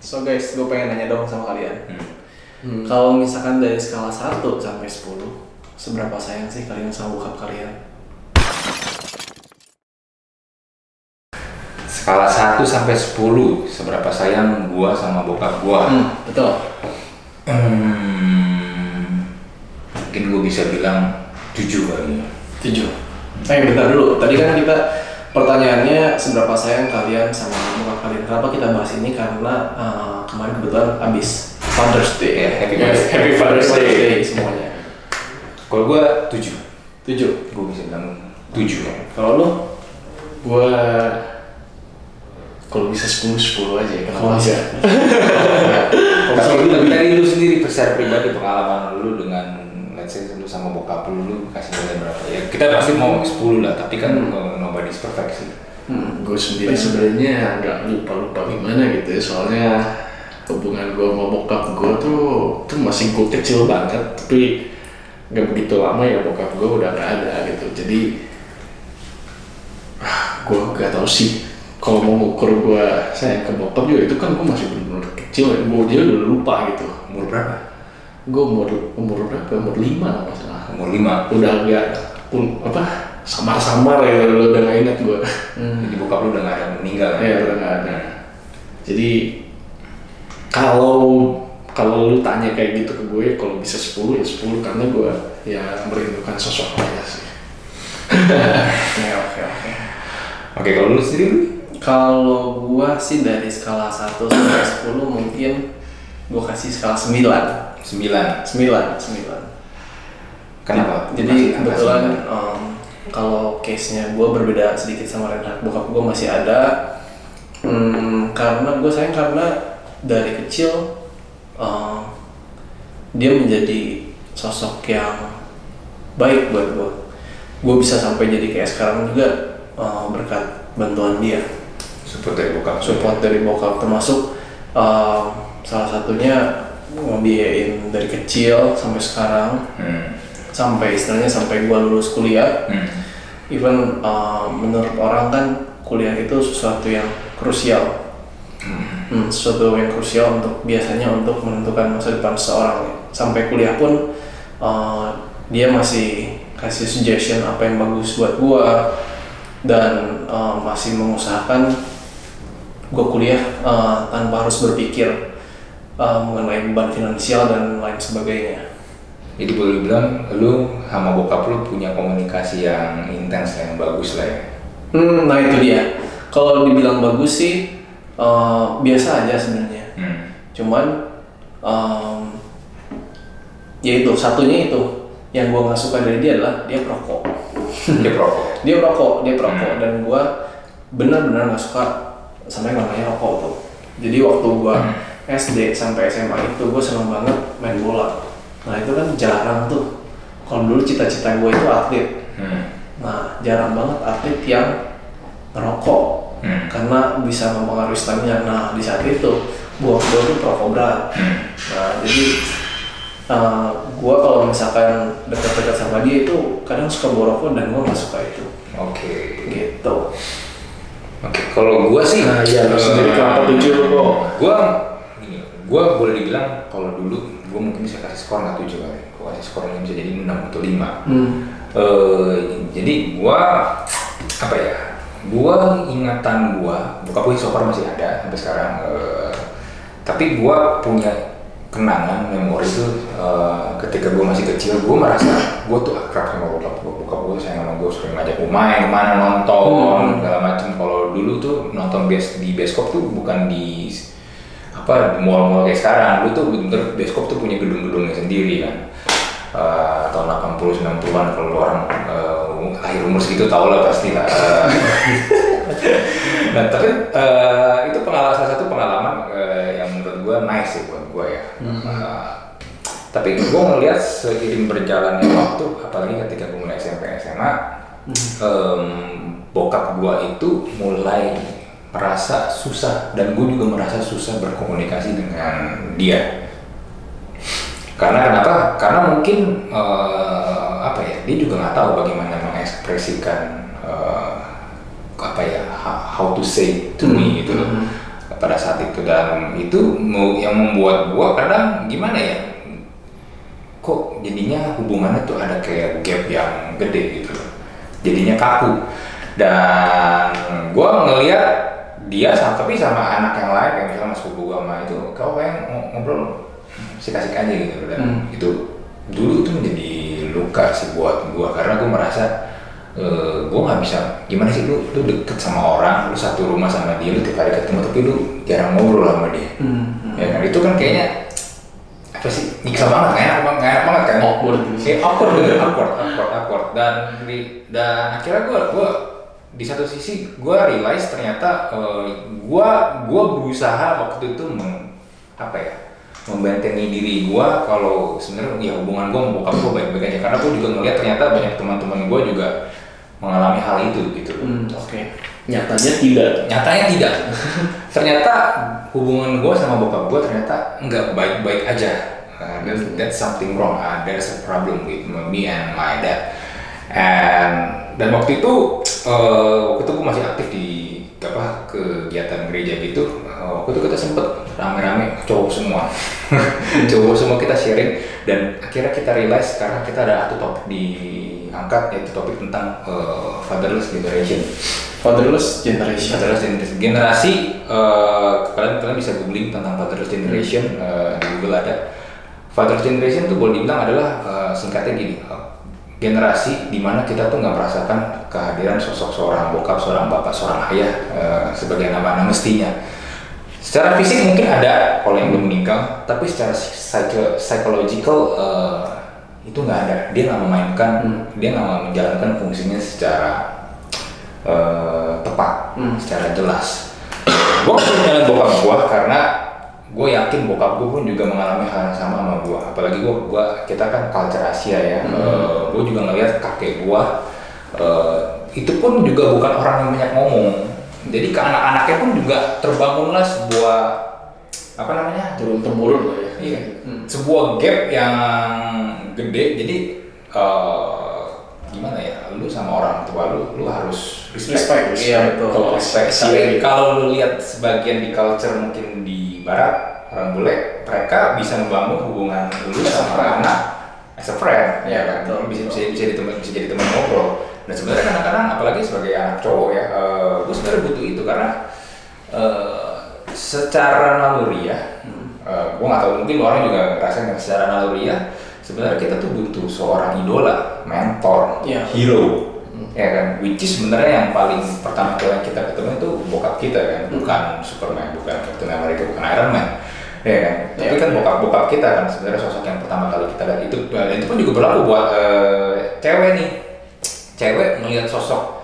So guys, gue pengen nanya dong sama kalian. Kalau misalkan dari skala 1 sampai 10, seberapa sayang sih kalian sama bokap kalian? Skala 1 sampai 10, seberapa sayang gua sama bokap gua? Betul. Mungkin gua bisa bilang 7 kali ya. 7. Bentar dulu. Tadi kan kita pertanyaannya seberapa sayang kalian sama bokap kalian. Kenapa kita bahas ini? Karena kemarin kebetulan abis Father's Day. Ya, Happy Father's Day semuanya. Kalau gua 7. 7. Gua bisa bilang 7 ya. Kalau lu? Gua kalau bisa 10 aja ya. Kenapa sih? Tapi tadi lu sendiri secara pribadi pengalaman lu dengan let's say lu sama bokap lu kasih nilai berapa? Ya kita pasti mau 10 lah, tapi kan nobody's perfect sih. Gue sendiri sebenarnya agak lupa gimana gitu ya, soalnya hubungan gue sama bokap gue tuh masih gue kecil banget, tapi nggak begitu lama ya bokap gue udah nggak ada gitu. Jadi gue nggak tahu sih kalau mau ngukur gue sayang ke bokap juga, itu kan gue masih benar-benar kecil ya, gue dia udah lupa gitu. Umur berapa? Gue umur berapa? Umur 5 lah masalah. Umur 5. Udah agak samar-samar ya, udah nggak ingat gue. Jadi bokap lu udah nggak ada, meninggal kan? Ya udah nggak ada. Jadi kalau lu tanya kayak gitu ke gue, kalau bisa 10 ya 10, karena gue ya merindukan sosok ayah sih. Oke. Oke, kalau lu sendiri? Kalau gua sih dari skala 1 sampai 10 mungkin gua kasih skala 9. 9. Kenapa? Jadi kebetulan kalau case-nya gua berbeda sedikit sama Renhard. Bokap gua masih ada. Karena gua sayang karena dari kecil dia menjadi sosok yang baik buat gua. Gua bisa sampai jadi kayak sekarang juga berkat bantuan dia. Support dari bokap. Termasuk salah satunya ngebiayain dari kecil sampai sekarang, sampai istilahnya sampai gua lulus kuliah. Even menurut orang kan kuliah itu sesuatu yang krusial, sesuatu yang krusial untuk biasanya untuk menentukan masa depan seseorang. Sampai kuliah pun dia masih kasih suggestion apa yang bagus buat gua dan masih mengusahakan gue kuliah tanpa harus berpikir mengenai beban finansial dan lain sebagainya. Jadi boleh bilang lu sama bokap lu punya komunikasi yang intens yang bagus lah ya? Nah itu dia. Kalau dibilang bagus sih biasa aja sebenarnya. Cuman ya itu satunya itu yang gue nggak suka dari dia adalah dia perokok. Dia perokok dan gue benar-benar nggak suka sama yang namanya rokok tuh. Jadi waktu gue SD sampai SMA itu gue seneng banget main bola. Nah itu kan jarang tuh. Kalau dulu cita-cita gue itu atlet. Nah jarang banget atlet yang ngerokok karena bisa mempengaruhi stamina. Nah di saat itu gue tuh perokok berat. Nah jadi gue kalau misalkan dekat-dekat sama dia itu kadang suka bawa rokok dan gue nggak suka itu. Oke. Gitu. Oke, kalau gue sih, iya sendiri kenapa 7 kok? Gue boleh dibilang kalau dulu gue mungkin bisa kasih skor nggak 7 kali. Gue kasih skornya bisa jadi 6 atau 5. Jadi gue apa ya? Gue ingatan gue, bokap gue so far masih ada sampai sekarang. Tapi gue punya kenangan memori itu ketika gue masih kecil, gue merasa gue tuh akrab sama bokap gue sayang sama gue, sering ngajak gue main kemana, nonton segala macem. Kalau dulu tuh nonton di bioskop tuh bukan di mall-mall kayak sekarang. Dulu tuh bener-bener bioskop tuh punya gedung-gedungnya sendiri kan. Tahun 80-90an kalau orang akhir umur segitu tau lah pasti lah. Nah tapi itu salah satu pengalaman yang menurut gue nice sih buat gue ya. Tapi gue ngeliat seiring berjalannya waktu, apalagi ketika gue mulai SMP SMA, bokap gue itu mulai merasa susah dan gue juga merasa susah berkomunikasi dengan dia. Karena kenapa? Karena mungkin dia juga nggak tahu bagaimana mengekspresikan how to say to me gitu loh. pada saat itu, dan itu yang membuat gue kadang gimana ya, kok jadinya hubungannya tuh ada kayak gap yang gede gitu, jadinya kaku. Dan gue ngelihat dia tapi sama anak yang lain kayak misalnya sepupu gue sama itu, kau kayak ngobrol asik-asik aja gitu. Dan itu dulu tuh menjadi luka sih buat gue, karena gue merasa gue nggak bisa, gimana sih lu deket sama orang, lu satu rumah sama dia, lu tiap hari ketemu tapi lu jarang ngobrol sama dia. Ya kan, itu kan kayaknya apa sih, nyiksa banget, nggak enak banget kan. Awkward. Dan akhirnya gue di satu sisi gue realize ternyata gue berusaha waktu itu membentengi diri gue kalau sebenarnya ya hubungan gue sama bokap gue baik-baik aja, karena gue juga ngeliat ternyata banyak teman-teman gue juga mengalami hal itu gitu. Nyatanya tidak. Ternyata hubungan gue sama bokap gue ternyata nggak baik-baik aja. That's something wrong. There's a problem with me and my dad. Dan waktu itu gue masih aktif di kegiatan gereja gitu. Waktu itu kita sempet rame-rame cowok semua kita sharing, dan akhirnya kita realize karena kita ada satu topik diangkat, yaitu topik tentang fatherless generation. Generasi, kalian bisa googling tentang fatherless generation, di Google ada. Fatherless generation itu boleh dibilang adalah singkatnya gini, generasi di mana kita tuh nggak merasakan kehadiran sosok seorang bokap, seorang bapak, seorang ayah sebagai nama mestinya. Secara fisik mungkin ada kalau yang belum meninggal, tapi secara psychological itu nggak ada. Dia nggak memainkan, dia nggak menjalankan fungsinya secara tepat, secara jelas. Gue punya bokap gue karena gue yakin bokap gue pun juga mengalami hal yang sama gue. Apalagi kita kan culture Asia ya. Gue juga ngeliat kakek gue itu pun juga bukan orang yang banyak ngomong. Jadi ke anak-anaknya pun juga terbangunlah sebuah turun-temurun lah ya. Iya. Sebuah gap yang gede. Jadi gimana ya? Lu sama orang tua lu harus respect. Iya betul. Kalau respect. Tapi kalau lu lihat sebagian di culture mungkin di barat, orang bule, mereka bisa membangun hubungan lu sama anak as a friend, ya kan? Bisa jadi teman ngobrol. Dan sebenarnya kadang-kadang, apalagi sebagai anak cowok ya, gue sebenarnya butuh itu karena secara naluriah, gue nggak tahu, mungkin orang juga ngerasain secara naluriah, sebenarnya kita tuh butuh seorang idola, mentor, hero. Ya kan, which is sebenarnya yang paling pertama kali kita ketemu itu bokap kita kan, bukan Superman, bukan Captain America, bukan Iron Man, ya kan. Tapi kan bokap kita kan sebenarnya sosok yang pertama kali kita lihat itu. Dan itu pun juga berlaku buat cewek nih. Cewek melihat sosok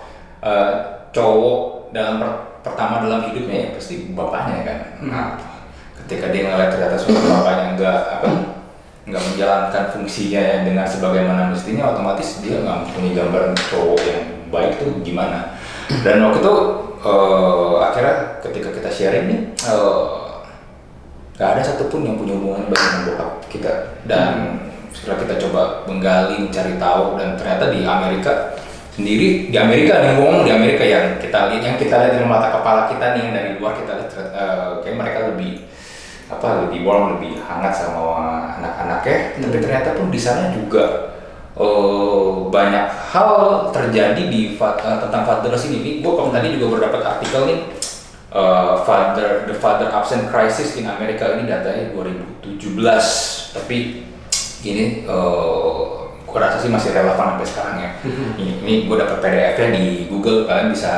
cowok pertama dalam hidupnya ya pasti bapaknya kan. Nah, ketika dia ngeliat ternyata sosok bapaknya nggak menjalankan fungsinya dengan sebagaimana mestinya, otomatis dia nggak punya gambaran cowok yang baik tuh gimana. Dan waktu itu akhirnya ketika kita sharing nih, nggak ada satupun yang punya hubungan baik dengan bokap kita. Dan setelah kita coba menggali, mencari tahu, dan ternyata di Amerika sendiri, di Amerika yang kita lihat dengan mata kepala kita nih, yang dari luar kita lihat kayak mereka lebih warm, lebih hangat sama anak-anaknya. Tapi ternyata pun di sana juga banyak hal terjadi tentang fatherless ini. Gue tadi juga berdapat artikel nih, the father absent crisis in Amerika, ini datanya 2017. Tapi ini gue rasa sih masih relevan sampai sekarang ya. Ini gue dapat PDF-nya di Google, kalian bisa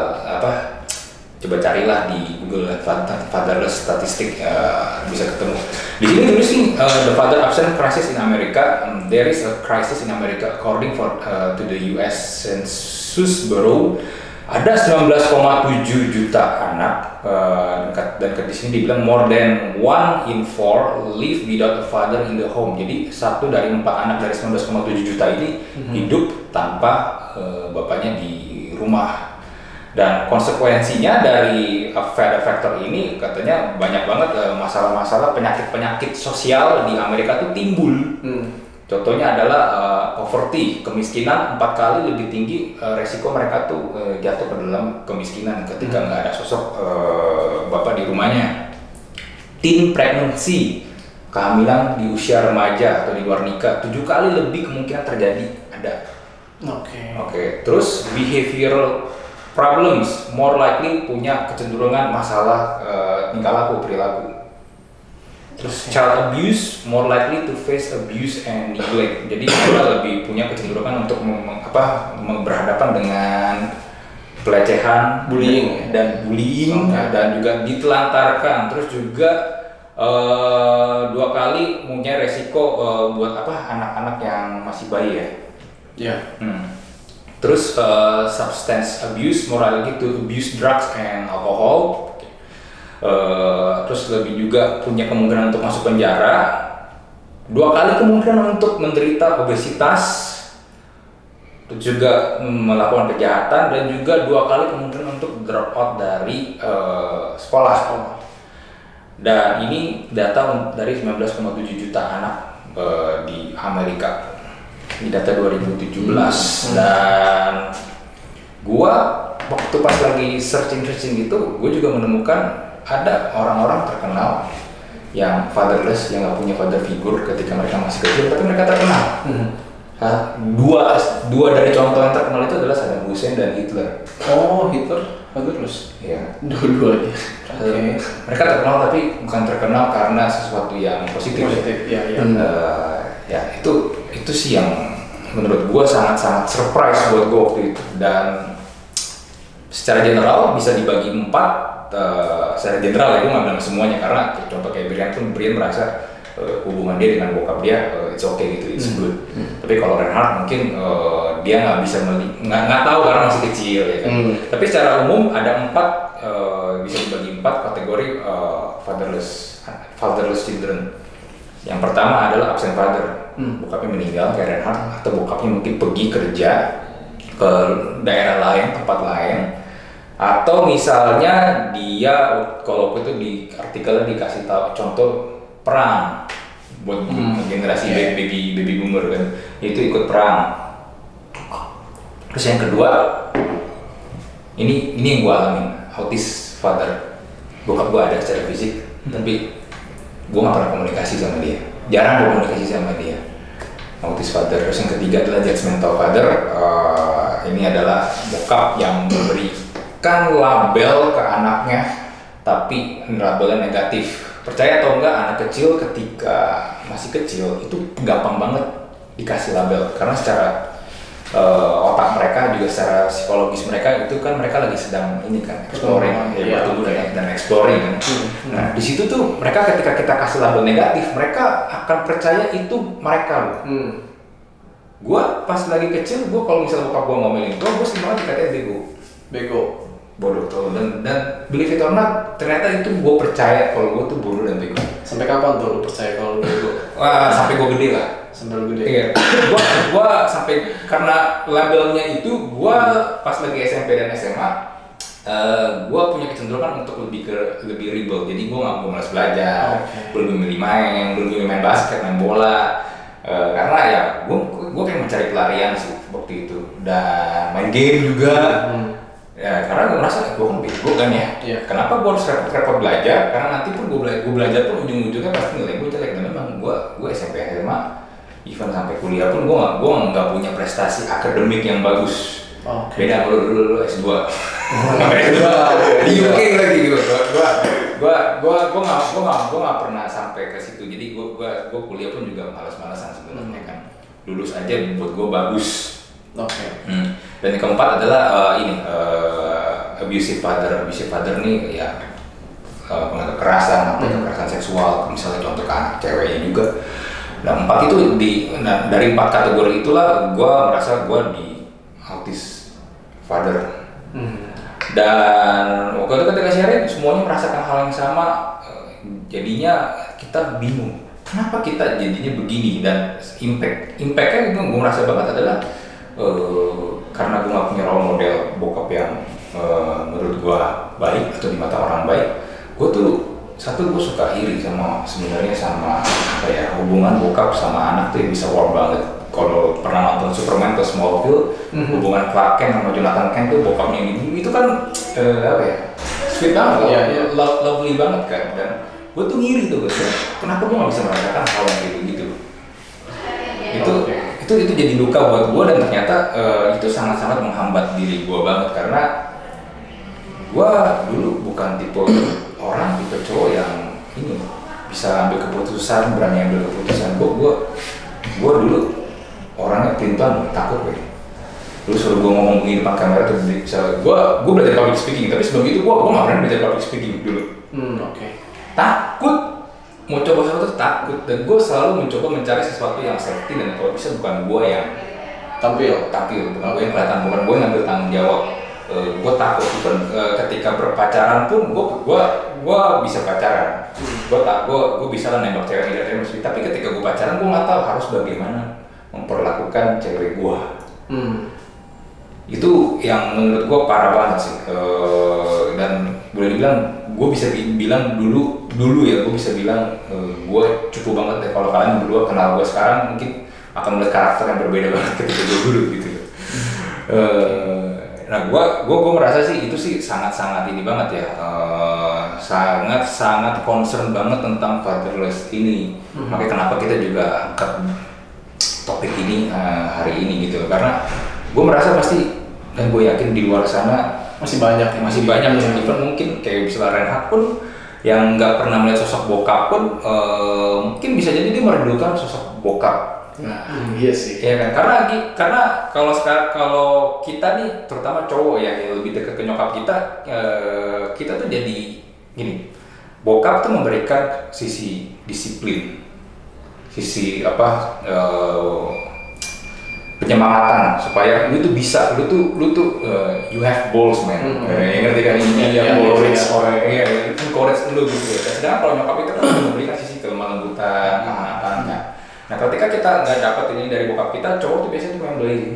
coba carilah di Google fatherless statistik, bisa ketemu. Di sini tulis nih, the father absent crisis in America. There is a crisis in America according to the US Census Bureau. Ada 19,7 juta anak, dan di sini dibilang more than 1 in 4 live without a father in the home. Jadi 1 dari 4 anak dari 19,7 juta ini hidup tanpa bapaknya di rumah. Dan konsekuensinya dari factor ini katanya banyak banget masalah-masalah penyakit-penyakit sosial di Amerika tuh timbul. Contohnya adalah poverty, kemiskinan 4 kali lebih tinggi resiko mereka tuh jatuh ke dalam kemiskinan ketika nggak ada sosok bapak di rumahnya. Teen pregnancy, kehamilan di usia remaja atau di luar nikah 7 kali lebih kemungkinan terjadi ada. Oke. Terus behavioral problems, more likely punya kecenderungan masalah tingkah laku, perilaku. Terus child abuse, more likely to face abuse and neglect. Jadi mereka lebih punya kecenderungan untuk berhadapan dengan pelecehan, bullying dan juga ditelantarkan. Terus juga 2 kali punya resiko buat anak-anak yang masih bayi ya. Yeah. Terus substance abuse, more likely to abuse drugs and alcohol. Terus lebih juga punya kemungkinan untuk masuk penjara, 2 kali kemungkinan untuk menderita obesitas, terus juga melakukan kejahatan, dan juga 2 kali kemungkinan untuk drop out dari sekolah. Dan ini data dari 19,7 juta anak di Amerika. Ini data 2017. Dan gua waktu pas lagi searching itu, gue juga menemukan ada orang-orang terkenal yang fatherless, yang nggak punya father figure ketika mereka masih kecil, tapi mereka terkenal. Dua dari contoh yang terkenal itu adalah Saddam Hussein dan Hitler. Oh, Hitler fatherless? Iya. Dua-duanya. Mereka terkenal tapi bukan terkenal karena sesuatu yang positif. Iya. Ya itu sih yang menurut gue sangat surprise buat gue waktu itu. Dan secara general bisa dibagi 4. Secara general ya, gue nggak bilang semuanya, karena contoh kayak Brian merasa hubungan dia dengan bokap dia it's okay gitu, it's good. Tapi kalau Reinhard mungkin dia nggak bisa nggak tahu karena masih kecil ya kan. Tapi secara umum ada 4 bisa dibagi 4 kategori fatherless children. Yang pertama adalah absent father, bokapnya meninggal kayak Reinhard, atau bokapnya mungkin pergi kerja ke daerah lain, tempat lain. Atau misalnya dia, kalau itu di artikelnya dikasih tahu contoh perang buat generasi baby boomer kan, itu ikut perang. Terus yang kedua, ini yang gue alamin, autis father. Bokap gue ada secara fisik, tapi gue nggak pernah komunikasi sama dia, jarang komunikasi sama dia. Autis father. Terus yang ketiga adalah judgmental father. Ini adalah bokap yang memberikan label ke anaknya, tapi labelnya negatif. Percaya atau enggak, anak kecil ketika masih kecil itu gampang banget dikasih label, karena secara otak mereka juga secara psikologis mereka itu kan mereka lagi sedang ini kan exploring, bertumbuh dan exploring kan. Nah di situ tuh mereka ketika kita kasih label negatif, mereka akan percaya itu mereka. Gua pas lagi kecil, gua kalau misalnya bokap gua ngomelin gua sering banget dikatain bego, bodoh tuh, dan believe it or not, ternyata itu gue percaya kalau gue tuh bodoh dan bego. Sampai kapan tuh lu percaya kalau lu bego? Wah, sampai gue gede lah. Sampai lu gede? Iya. Gue sampai, karena labelnya itu, gue pas lagi SMP dan SMA, gue punya kecenderungan untuk lebih rebel. Jadi gue nggak mau malas belajar, gue lebih milih main basket, main bola. Karena ya gue kayak mencari pelarian sih waktu itu, dan main game juga. Ya, karena gue merasa gue kan bego kan ya. Kenapa gue harus repot-repot belajar? Karena nanti pun gue belajar pun ujung-ujungnya pasti nilai gue jelek. Dan memang gue SMP SMA, even sampai kuliah pun gue nggak punya prestasi akademik yang bagus. Beda kalau dulu S2. Di UK lagi gitu. Gue nggak pernah sampai ke situ. Jadi gue kuliah pun juga malas-malasan sebenarnya kan. Lulus aja buat gue bagus. Dan yang keempat adalah abusive father. Abusive father nih ya pengaruh kekerasan, kekerasan seksual, misalnya contoh ke anak ceweknya juga. Nah 4 itu dari 4 kategori itulah gue merasa gue di autis father. Dan waktu itu ketika sharing semuanya merasakan hal yang sama, jadinya kita bingung kenapa kita jadinya begini. Dan impactnya itu gue merasa banget adalah karena gue gak punya role model bokap yang menurut gue baik atau di mata orang baik, gue tuh satu gue suka iri sebenarnya sama apa ya, hubungan bokap sama anak tuh yang bisa warm banget. Kalau pernah nonton Superman atau Smallville, hubungan Clark Kent sama Jonathan Kent tuh bokapnya ini itu kan apa ya, sweet banget, lovely banget kan. Dan gue tuh ngiri tuh, kenapa gue nggak bisa merasakan hal yang gitu. Itu jadi duka buat gue, dan ternyata itu sangat-sangat menghambat diri gue banget, karena gue dulu bukan tipe cowok yang ini bisa ambil keputusan, berani ambil keputusan. Gue dulu orangnya pelintan, takut gue. Dulu suruh gue ngomong begini depan kamera tuh bisa. Gue belajar public speaking, tapi sebelum itu gue nggak pernah belajar public speaking dulu. Takut, mau coba sesuatu takut, dan gue selalu mencoba mencari sesuatu yang safety, dan kalau bisa bukan gue yang tampil, bukan gue yang kelihatan, bukan gue yang ngambil tanggung jawab. Gue takut ketika berpacaran pun gue bisa pacaran, gue bisa lah nembak cewek tidak terus, tapi ketika gue pacaran gue nggak tahu harus bagaimana memperlakukan cewek gue. Itu yang menurut gue parah banget sih, dan boleh dibilang gue bisa bilang dulu ya, gue bisa bilang gue cukup banget deh. Kalau kalian berdua kenal gue sekarang mungkin akan melihat karakter yang berbeda banget ketika gue dulu gitu. Nah, gue merasa sih itu sih sangat ini banget ya, sangat concern banget tentang fatherless ini. Makanya kenapa kita juga angkat topik ini hari ini gitu, karena gue merasa pasti, dan gue yakin di luar sana masih banyak even mungkin kayak misalnya Reinhardt pun yang nggak pernah melihat sosok bokap pun mungkin bisa jadi dia merindukan sosok bokap. Iya sih. Iya kan, karena kalau kita nih, terutama cowok ya, yang lebih dekat ke nyokap kita tuh jadi gini, bokap tuh memberikan sisi disiplin, sisi penyemangatan supaya lu tuh bisa, lu tuh you have balls man, yang ngerti kan ini, courage lu gitu ya. Sedangkan kalau nyokap itu kan memberikan sisi kelembutan, kehangatan. Nah, ketika kita nggak dapat ini dari bokap kita, cowok tuh biasanya tuh yang blazing.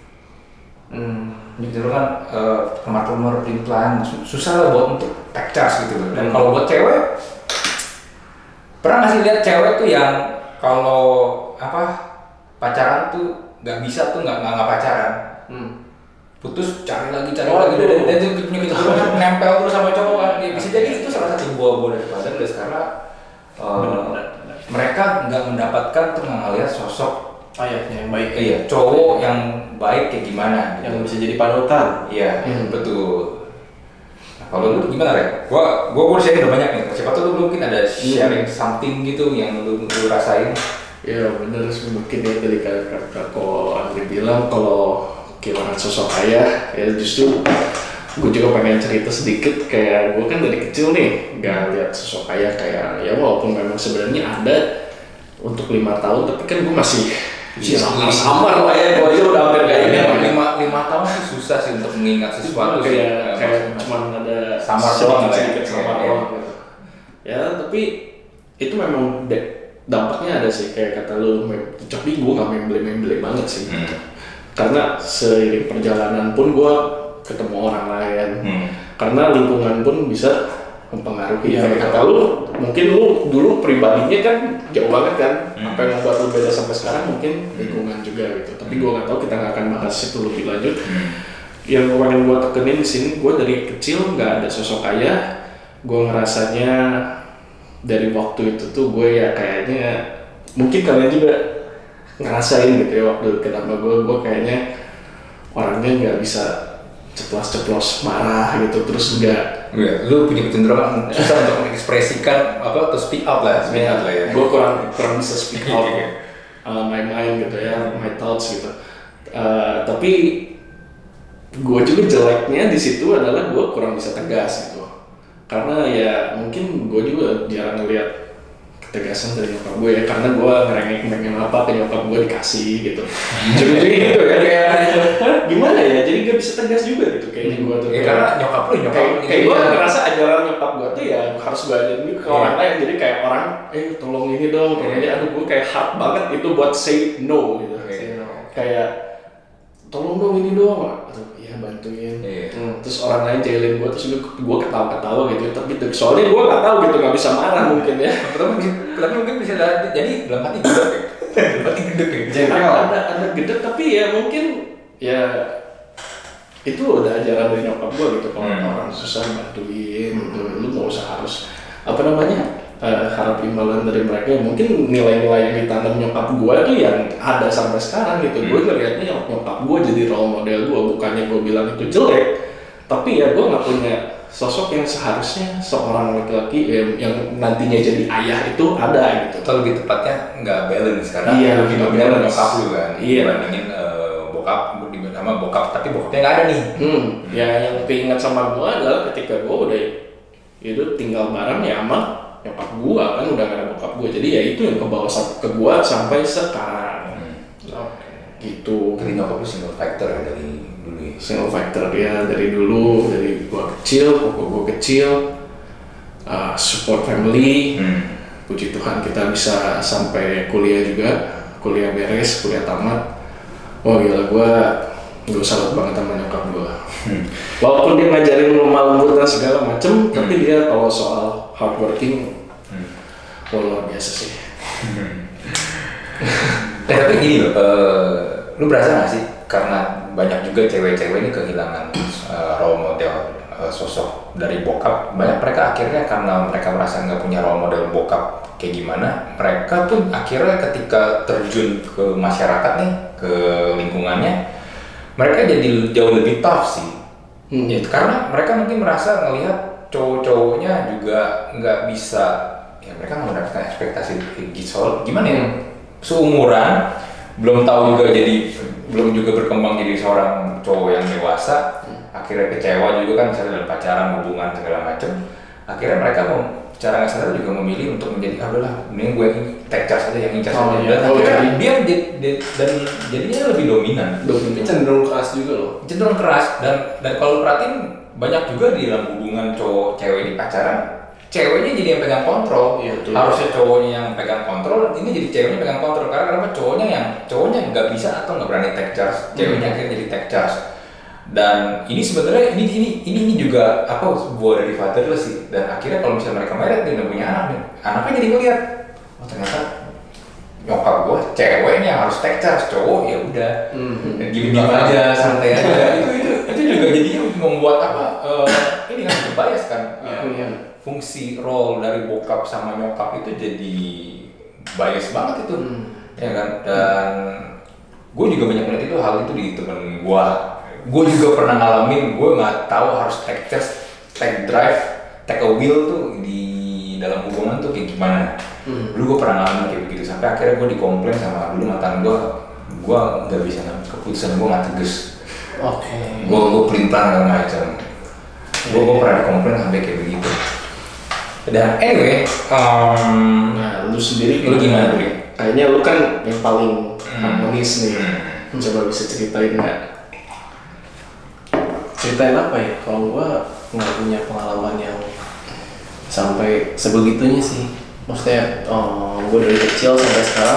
Gitu kan, kemar-kemar pelin-pelan, susah lah buat untuk take charge gitu. Dan kalau buat cewek, pernah nggak sih lihat cewek tuh yang kalau pacaran tuh nggak bisa tuh nggak pacaran, putus cari lagi dan itu punya kecenderungan nempel terus sama cowok kan. Ya, bisa jadi itu salah satu buah-buah dari fatherless, karena mereka nggak mendapatkan tuh ngelihat sosok ayahnya yang baik. Iya, cowok yang baik kayak gimana gitu. Yang bisa jadi panutan. Iya, betul. Nah, kalau lu gimana, Rek? Gua sharing udah banyak nih. Siapa tuh lu mungkin ada sharing something gitu yang lu rasain. Ya bener sih, mungkin ya tadi kata Andri bilang kalau kehilangan sosok ayah, ya justru gue juga pengen cerita sedikit. Kayak gue kan dari kecil nih nggak lihat sosok ayah, kayak ya walaupun memang sebenarnya ada untuk 5 tahun, tapi kan gue masih samar lah ya, gue aja udah hampir kayak ini. 5 tahun sih susah sih untuk mengingat sesuatu, kayak cuma ada samar doang sedikit samar doang gitu. Ya tapi itu memang dampaknya ada sih, kayak kata lu, tapi gue nggak memble banget sih. Karena seiring perjalanan pun gue ketemu orang lain, karena lingkungan pun bisa mempengaruhi. Kayak kata lu, mungkin lu dulu pribadinya kan jauh banget kan, apa yang membuat lu beda sampai sekarang mungkin lingkungan juga gitu. Tapi gue nggak tahu, kita nggak akan bahas itu lebih lanjut. Yang pengen gue tekenin di sini, gue dari kecil nggak ada sosok ayah. Gue ngerasanya dari waktu itu tuh gue ya kayaknya, mungkin kalian juga ngerasain gitu ya, waktu kenapa gue kayaknya orangnya nggak bisa ceplos-ceplos marah gitu, terus enggak. Lu punya kecenderungan susah untuk mengekspresikan to speak out lah ya. Gue kurang bisa speak out my mind gitu ya, my thoughts gitu. Tapi gue juga jeleknya di situ adalah gue kurang bisa tegas gitu. Karena ya mungkin gue juga jarang ngeliat ketegasan dari nyokap gue ya, karena gue ngerengek pengen apa ke nyokap gue dikasih gitu. Jadi gitu ya, kayak gimana ya, jadi gak bisa tegas juga gitu kayaknya gue tuh. Karena nyokap kayak gue ngerasa ajaran nyokap gue tuh ya harus gue ajarin ke orang lain. Jadi kayak orang, tolong ini dong, tolong ini. Aduh, gue kayak hard banget itu buat say no gitu. Kayak tolong dong ini dong, atau iya bantuin. Terus orang lain jailin gue, terus gue ketawa-ketawa gitu, tapi soalnya gue nggak tahu gitu, nggak bisa marah mungkin ya. Tapi mungkin bisa jadi dalam hati gedek ya. Dalam hati gedek ya. Ada gedek, tapi ya mungkin ya itu udah ajaran dari nyokap gue gitu, kalau orang susah bantuin gitu, lu nggak usah harus harap imbalan dari mereka. Mungkin nilai-nilai yang ditanam nyokap gue tuh yang ada sampai sekarang gitu. Gue ngelihatnya nyokap gue jadi role model gue, bukannya gue bilang itu jelek, tapi ya gue nggak punya sosok yang seharusnya seorang laki-laki yang nantinya jadi ayah itu ada gitu. Atau lebih tepatnya nggak balance karena lebih balance nyokap lu kan dibandingin bokap sama bokap, tapi bokapnya nggak ada nih. Ya yang keinget sama gue adalah ketika gue udah itu tinggal bareng ya sama nyokap gue, kan udah gak ada bokap gue, jadi ya itu yang kebawa ke gue sampai sekarang. Gitu. Jadi nyokap lu single factor ya dari dulu ya? Single factor dia dari dulu, dari gue kecil, pokok gue kecil, support family. Puji Tuhan kita bisa sampai kuliah juga, kuliah beres, kuliah tamat. Oh gila, gue salut banget sama nyokap gue. Walaupun dia ngajarin lemah lembut dan segala macem, tapi dia kalau soal hardworking, luar biasa sih. Tapi gini loh, lu berasa gak sih karena banyak juga cewek-cewek ini kehilangan role model sosok dari bokap, banyak mereka akhirnya karena mereka merasa nggak punya role model bokap kayak gimana, mereka tuh akhirnya ketika terjun ke masyarakat nih, ke lingkungannya, mereka jadi jauh lebih tough sih. Ya, karena mereka mungkin merasa ngelihat cowok-cowoknya juga nggak bisa, ya mereka nggak mendapatkan ekspektasi gitu, gimana ya, seumuran, belum tahu juga belum juga berkembang jadi seorang cowok yang dewasa, akhirnya kecewa juga kan misalnya dalam pacaran, hubungan segala macam, akhirnya mereka secara nggak sadar juga memilih untuk menjadi udahlah, mending gue take charge aja, yang incas aja, dan akhirnya dia dan jadinya lebih dominan, cenderung keras juga loh. Cenderung keras dan kalau perhatiin banyak juga di dalam hubungan cowok cewek ini pacaran, ceweknya jadi yang pegang kontrol. Harusnya cowoknya yang pegang kontrol, ini jadi ceweknya pegang kontrol. Karena kenapa? Cowoknya nggak bisa atau nggak berani take charge, ceweknya akhirnya jadi take charge. Dan ini sebenarnya ini juga buah dari fatherless sih. Dan akhirnya kalau misalnya mereka married dan punya anak nih, anaknya jadi ngeliat, oh ternyata nyokap gue ceweknya harus take charge, cowok ya udah gini aja, santai aja. itu juga jadinya membuat ini kan bias kan. Fungsi role dari bokap sama nyokap itu jadi bias banget itu, ya kan. Dan gue juga banyak melihat itu hal itu di temen gue juga pernah ngalamin, gue nggak tahu harus take charge, take drive, take a wheel tuh di dalam hubungan tuh kayak gimana. Dulu gue pernah ngalamin kayak begitu, sampai akhirnya gue dikomplain sama dulu mantan gue nggak bisa ngambil keputusan, gue nggak tegas. Gue pelin-pelan segala macam. Gue pernah dikomplain sampai kayak begitu. Dan anyway, nah lu sendiri lu gimana dulu? Kayaknya lu kan yang paling harmonis nih. Coba bisa ceritain nggak? Ceritain apa ya? Kalau gua nggak punya pengalaman yang sampai sebegitunya sih. Maksudnya, gua dari kecil sampai sekarang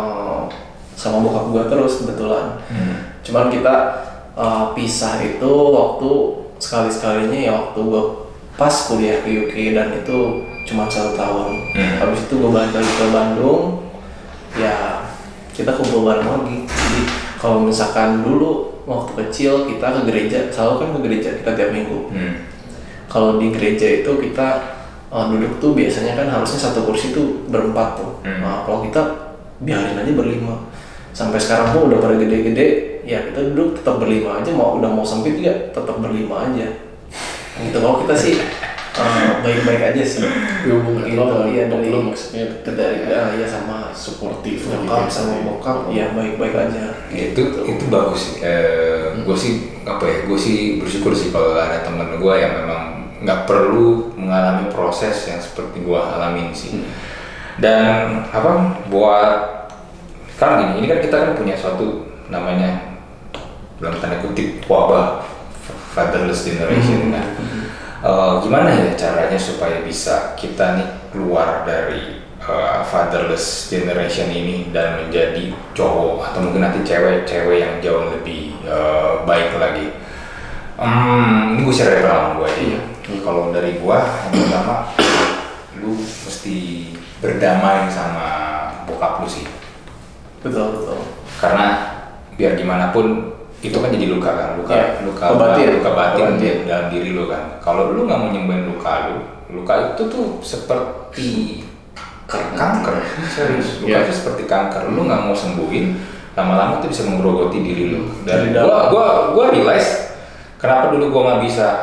sama bokap gua terus kebetulan. Cuman kita pisah itu waktu sekali-sekalinya ya waktu gua pas kuliah ke UK, dan itu cuma 1 tahun. Habis itu gue balik lagi ke Bandung, ya kita kumpul bareng lagi. Jadi kalau misalkan dulu waktu kecil kita ke gereja, selalu kan ke gereja kita tiap minggu. Kalau di gereja itu kita duduk tuh biasanya kan harusnya satu kursi tuh berempat tuh. Nah, kalau kita biarin aja berlima. Sampai sekarang pun udah pada gede-gede, ya kita duduk tetap berlima aja. Udah mau sempit ya tetap berlima aja. Gitu. Kalau kita sih baik-baik aja sih. Hubungan gitu, iya dari lo maksudnya dari ya sama suportif nyokap sama bokap ya baik-baik aja. Itu bagus. Gue sih gue sih bersyukur sih kalau ada temen gue yang memang nggak perlu mengalami proses yang seperti gue alamin sih. Dan buat sekarang ini kan kita kan punya suatu namanya dalam tanda kutip wabah fatherless generation kan. Gimana ya caranya supaya bisa kita nih keluar dari fatherless generation ini dan menjadi cowok atau mungkin nanti cewek-cewek yang jauh lebih baik lagi. Ini gue share dari pengalaman gue aja ya. Kalau dari gue, yang pertama, lu mesti berdamai sama bokap lu sih. Betul. Karena biar gimana pun itu kan jadi luka kan, luka batin dalam diri lu kan. Kalau lu nggak mau nyembuhin luka itu tuh seperti kanker, serius. Luka itu seperti kanker. Lu nggak mau sembuhin, lama-lama itu bisa menggerogoti diri lu. Dan gua realize kenapa dulu gua nggak bisa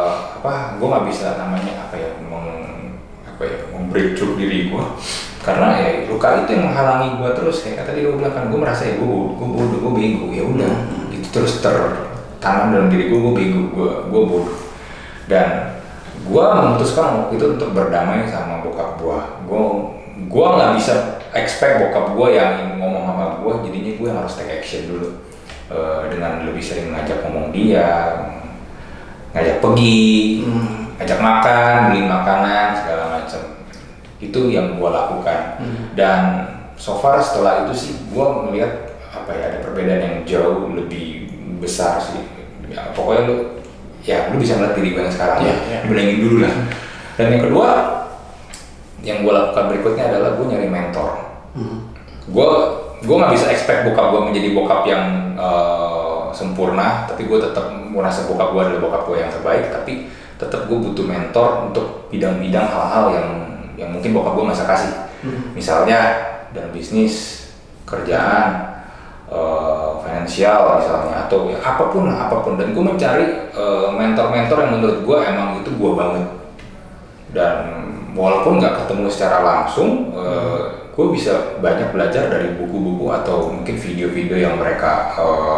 membreakthrough diri gua. Karena ya luka itu yang menghalangi gue terus, kayak tadi gue bilang kan, gue merasa ya gue bodoh, gue bego, ya udah itu terus tertanam dalam diri gue bego, gue bodoh. Dan gue memutuskan waktu itu untuk berdamai sama bokap gue. Gue nggak bisa expect bokap gue yang ngomong sama gue, jadinya gue harus take action dulu dengan lebih sering ngajak ngomong dia, ngajak pergi, ngajak makan, beliin makanan segala macam. Itu yang gue lakukan. Dan so far setelah itu sih gue melihat ada perbedaan yang jauh lebih besar sih. Ya, pokoknya lu bisa melihat diri gue yang sekarang dibandingin dulu lah. Dan yang kedua yang gue lakukan berikutnya adalah gue nyari mentor. Gue nggak bisa expect bokap gue menjadi bokap yang sempurna, tapi gue tetap merasa bokap gue adalah bokap gue yang terbaik, tapi tetap gue butuh mentor untuk bidang-bidang hal-hal yang mungkin bokap gue masa kasih. Misalnya dalam bisnis, kerjaan, finansial misalnya, atau ya apapun. Dan gue mencari mentor-mentor yang menurut gue emang itu gue banget. Dan walaupun nggak ketemu secara langsung, gue bisa banyak belajar dari buku-buku atau mungkin video-video yang mereka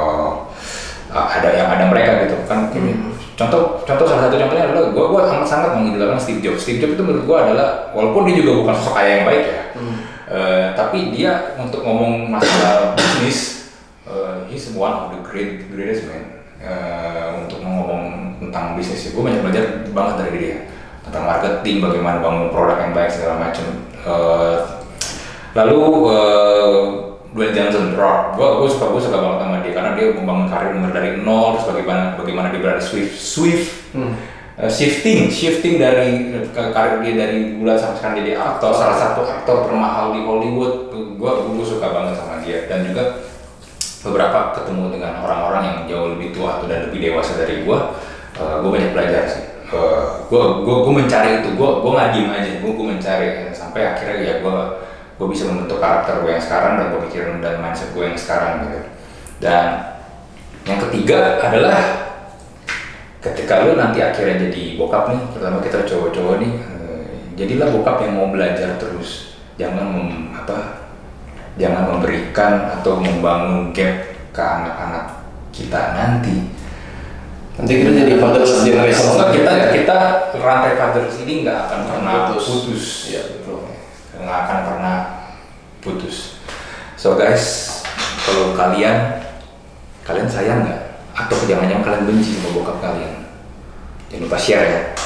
ada mereka gitu kan. Contoh salah satu contohnya adalah gue amat sangat mengidolakan Steve Jobs. Steve Jobs itu menurut gue adalah, walaupun dia juga bukan sosok kaya yang baik ya, tapi dia untuk ngomong masalah bisnis, he's one of the greatest man. Untuk ngomong tentang bisnis, gue banyak belajar banget dari dia tentang marketing, bagaimana bangun produk yang baik segala macam. Lalu Dwayne Johnson, gue suka banget sama dia karena dia membangun karir dari nol, terus bagaimana dia berada shifting dari karir dia dari bulan sampai sekarang jadi aktor, salah satu aktor termahal di Hollywood. Gue suka banget sama dia. Dan juga beberapa ketemu dengan orang-orang yang jauh lebih tua atau dan lebih dewasa dari gue banyak belajar sih. Gue mencari itu, gue nggak diem aja, gue mencari sampai akhirnya ya gue bisa membentuk karakter gue yang sekarang dan pemikiran dan mindset gue yang sekarang gitu. Dan yang ketiga adalah ketika lu nanti akhirnya jadi bokap nih, terutama kita cowok-cowok nih, jadilah bokap yang mau belajar terus. Jangan memberikan atau membangun gap ke anak-anak kita nanti kita jadi fatherless generation. Kita rantai fatherless ini nggak akan pernah putus. Ya, betul. Nggak akan pernah putus. So guys, kalau kalian sayang nggak? Atau jangan-jangan kalian benci sama bokap kalian? Jangan lupa share ya.